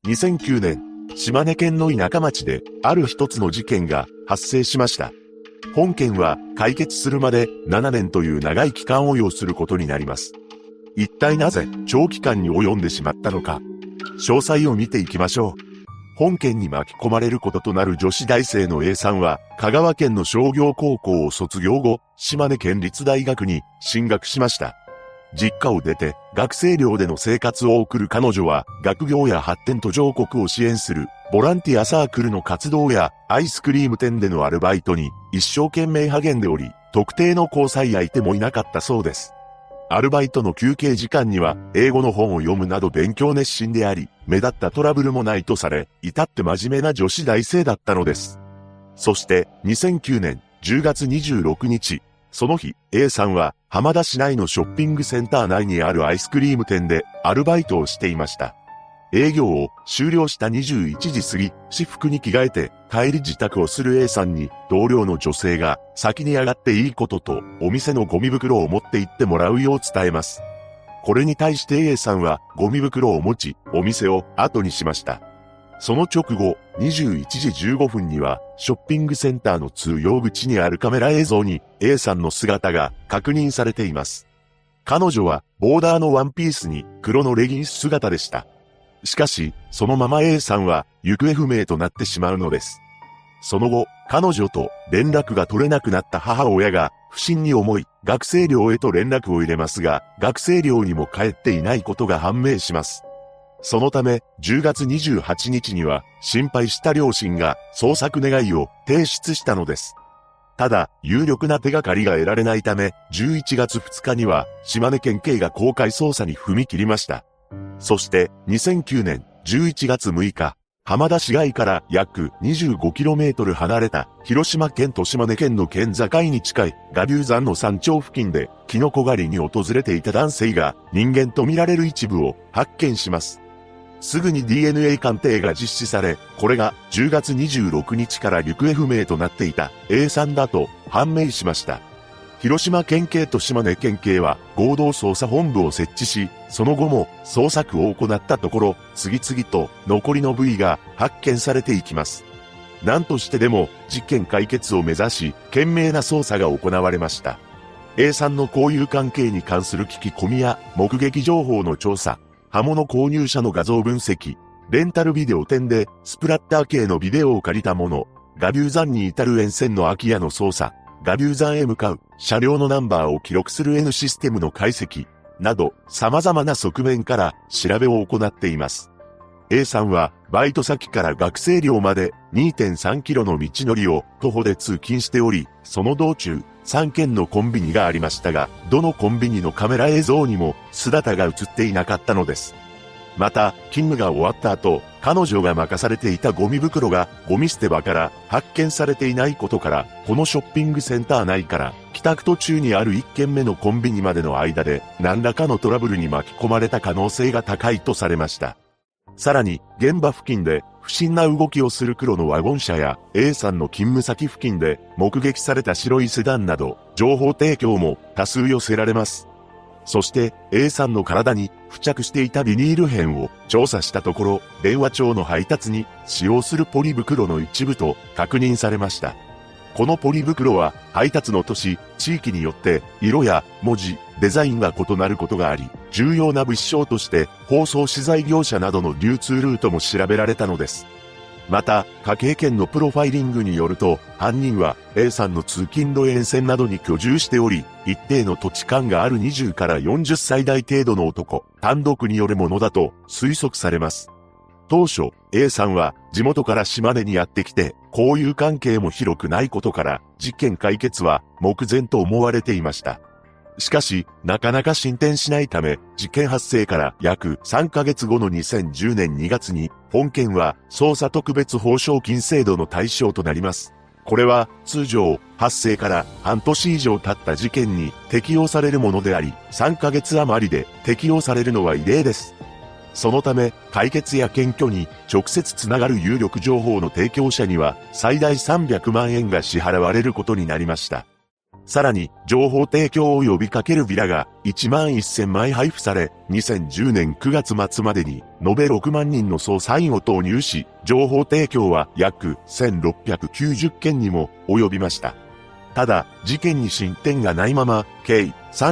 2009年、島根県の田舎町で、ある一つの事件が発生しました。本件は解決するまで7年という長い期間を要することになります。一体なぜ長期間に及んでしまったのか。詳細を見ていきましょう。本件に巻き込まれることとなる女子大生の A さんは、香川県の商業高校を卒業後、島根県立大学に進学しました。実家を出て学生寮での生活を送る彼女は、学業や発展途上国を支援するボランティアサークルの活動やアイスクリーム店でのアルバイトに一生懸命励んでおり、特定の交際相手もいなかったそうです。アルバイトの休憩時間には英語の本を読むなど勉強熱心であり、目立ったトラブルもないとされ、至って真面目な女子大生だったのです。そして2009年10月26日、その日 A さんは浜田市内のショッピングセンター内にあるアイスクリーム店でアルバイトをしていました。営業を終了した21時過ぎ、私服に着替えて帰り自宅をする A さんに同僚の女性が先に上がっていいこととお店のゴミ袋を持って行ってもらうよう伝えます。これに対して A さんはゴミ袋を持ちお店を後にしました。その直後21時15分にはショッピングセンターの通用口にあるカメラ映像に A さんの姿が確認されています。彼女はボーダーのワンピースに黒のレギンス姿でした。しかし、そのまま A さんは行方不明となってしまうのです。その後、彼女と連絡が取れなくなった母親が不審に思い、学生寮へと連絡を入れますが、学生寮にも帰っていないことが判明します。そのため、10月28日には心配した両親が捜索願いを提出したのです。ただ、有力な手がかりが得られないため、11月2日には島根県警が公開捜査に踏み切りました。そして2009年11月6日、浜田市街から約 25km 離れた広島県と島根県の県境に近い臥龍山の山頂付近でキノコ狩りに訪れていた男性が人間とみられる一部を発見します。すぐに DNA 鑑定が実施され、これが10月26日から行方不明となっていた A さんだと判明しました。広島県警と島根県警は合同捜査本部を設置し、その後も捜索を行ったところ、次々と残りの部位が発見されていきます。何としてでも事件解決を目指し、懸命な捜査が行われました。A さんの交友関係に関する聞き込みや目撃情報の調査、刃物購入者の画像分析、レンタルビデオ店でスプラッター系のビデオを借りたもの、臥龍山に至る沿線の空き家の捜査、臥龍山へ向かう車両のナンバーを記録する N システムの解析など様々な側面から調べを行っています。A さんはバイト先から学生寮まで 2.3 キロの道のりを徒歩で通勤しており、その道中3軒のコンビニがありましたが、どのコンビニのカメラ映像にも姿が映っていなかったのです。また、勤務が終わった後、彼女が任されていたゴミ袋がゴミ捨て場から発見されていないことから、このショッピングセンター内から帰宅途中にある1軒目のコンビニまでの間で何らかのトラブルに巻き込まれた可能性が高いとされました。さらに、現場付近で不審な動きをする黒のワゴン車や A さんの勤務先付近で目撃された白いセダンなど、情報提供も多数寄せられます。そして A さんの体に付着していたビニール片を調査したところ、電話帳の配達に使用するポリ袋の一部と確認されました。このポリ袋は配達の都市、地域によって色や文字、デザインが異なることがあり、重要な物証として包装資材業者などの流通ルートも調べられたのです。また、家計圏のプロファイリングによると、犯人は A さんの通勤路沿線などに居住しており、一定の土地勘がある20から40歳代程度の男、単独によるものだと推測されます。当初、A さんは地元から島根にやってきて、交友関係も広くないことから、事件解決は目前と思われていました。しかし、なかなか進展しないため、事件発生から約3ヶ月後の2010年2月に、本件は捜査特別報奨金制度の対象となります。これは通常発生から半年以上経った事件に適用されるものであり、3ヶ月余りで適用されるのは異例です。そのため、解決や検挙に直接つながる有力情報の提供者には最大300万円が支払われることになりました。 さらに、情報提供を呼びかけるビラが1万1000枚配布され、2010年9月末までに延べ6万人の捜査員を投入し、情報提供は約1690件にも及びました。ただ、事件に進展がないまま、計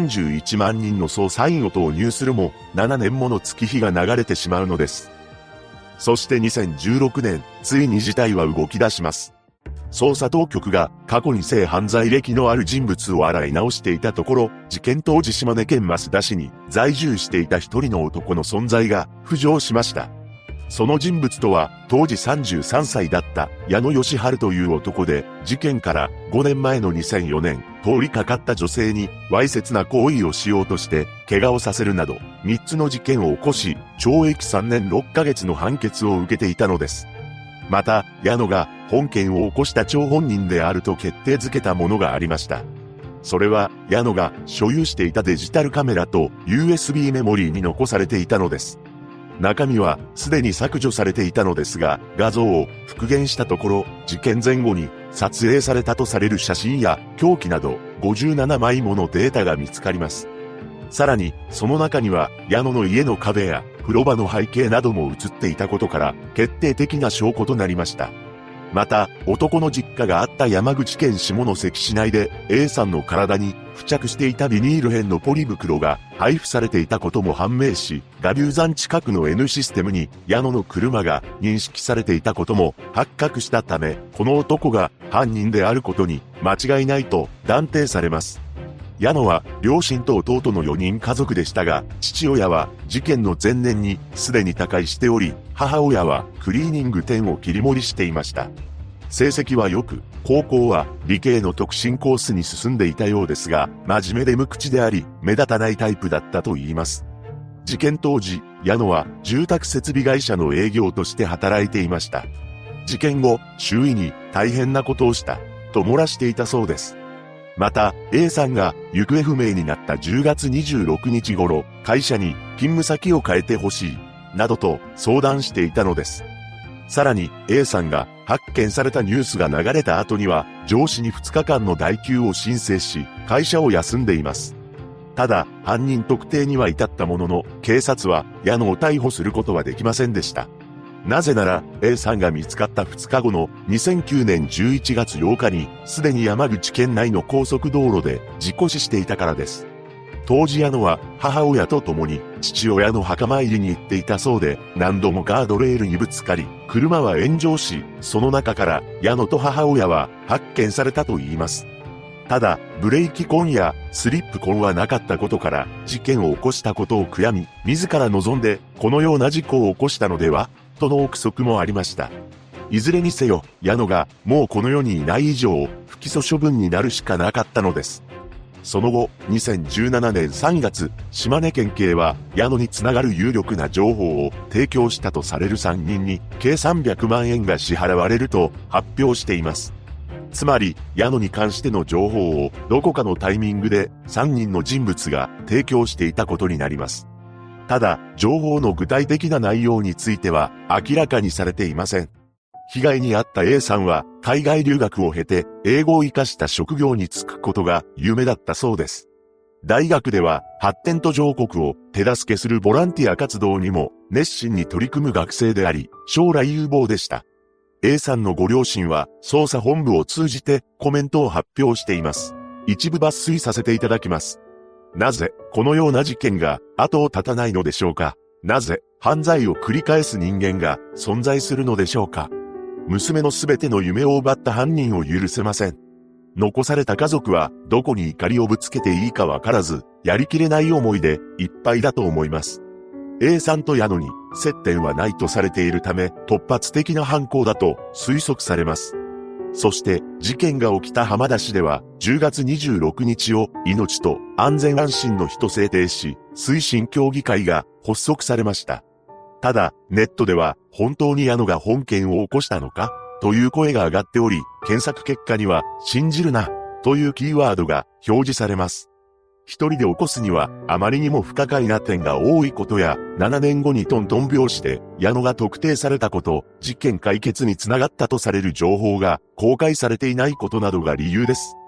31万人の捜査員を投入するも、7年もの月日が流れてしまうのです。そして2016年、ついに事態は動き出します。捜査当局が過去に性犯罪歴のある人物を洗い直していたところ、事件当時島根県益田市に在住していた一人の男の存在が浮上しました。その人物とは当時33歳だった矢野義治という男で、事件から5年前の2004年、通りかかった女性にわいせつな行為をしようとして怪我をさせるなど3つの事件を起こし、懲役3年6ヶ月の判決を受けていたのです。また、矢野が本件を起こした張本人であると決定づけたものがありました。それは、矢野が所有していたデジタルカメラと USB メモリーに残されていたのです。中身はすでに削除されていたのですが、画像を復元したところ、事件前後に撮影されたとされる写真や凶器など57枚ものデータが見つかります。さらに、その中には矢野の家の壁や風呂場の背景なども映っていたことから、決定的な証拠となりました。また、男の実家があった山口県下関市内で A さんの体に付着していたビニール片のポリ袋が配布されていたことも判明し、我流山近くの N システムに矢野の車が認識されていたことも発覚したため、この男が犯人であることに間違いないと断定されます。矢野は両親と弟の4人家族でしたが、父親は事件の前年にすでに他界しており、母親はクリーニング店を切り盛りしていました。成績は良く、高校は理系の特進コースに進んでいたようですが、真面目で無口であり、目立たないタイプだったと言います。事件当時、矢野は住宅設備会社の営業として働いていました。事件後、周囲に大変なことをしたと漏らしていたそうです。また、A さんが行方不明になった10月26日頃、会社に勤務先を変えてほしい、などと相談していたのです。さらに、A さんが発見されたニュースが流れた後には、上司に2日間の代休を申請し、会社を休んでいます。ただ、犯人特定には至ったものの、警察は矢野を逮捕することはできませんでした。なぜなら、A さんが見つかった2日後の2009年11月8日に、すでに山口県内の高速道路で事故死していたからです。当時矢野は母親と共に父親の墓参りに行っていたそうで、何度もガードレールにぶつかり、車は炎上し、その中から矢野と母親は発見されたといいます。ただ、ブレーキ痕やスリップ痕はなかったことから、事件を起こしたことを悔やみ、自ら望んでこのような事故を起こしたのではとの憶測もありました。いずれにせよ、矢野がもうこの世にいない以上、不起訴処分になるしかなかったのです。その後、2017年3月、島根県警は矢野につながる有力な情報を提供したとされる3人に計300万円が支払われると発表しています。つまり、矢野に関しての情報をどこかのタイミングで3人の人物が提供していたことになります。ただ、情報の具体的な内容については明らかにされていません。被害に遭った A さんは海外留学を経て英語を活かした職業に就くことが夢だったそうです。大学では発展途上国を手助けするボランティア活動にも熱心に取り組む学生であり、将来有望でした。A さんのご両親は捜査本部を通じてコメントを発表しています。一部抜粋させていただきます。なぜこのような事件が後を絶たないのでしょうか。なぜ犯罪を繰り返す人間が存在するのでしょうか。娘のすべての夢を奪った犯人を許せません。残された家族はどこに怒りをぶつけていいかわからず、やりきれない思いでいっぱいだと思います。A さんと矢野に接点はないとされているため、突発的な犯行だと推測されます。そして事件が起きた浜田市では10月26日を命と安全安心の日と制定し、推進協議会が発足されました。ただ、ネットでは本当に矢野が本件を起こしたのかという声が上がっており、検索結果には信じるなというキーワードが表示されます。一人で起こすにはあまりにも不可解な点が多いことや、7年後にトントン拍子で矢野が特定されたこと、事件解決につながったとされる情報が公開されていないことなどが理由です。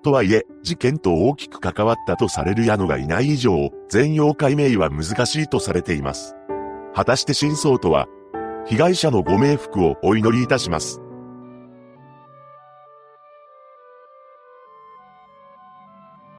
とはいえ、事件と大きく関わったとされる矢野がいない以上、全容解明は難しいとされています。果たして真相とは？被害者のご冥福をお祈りいたします。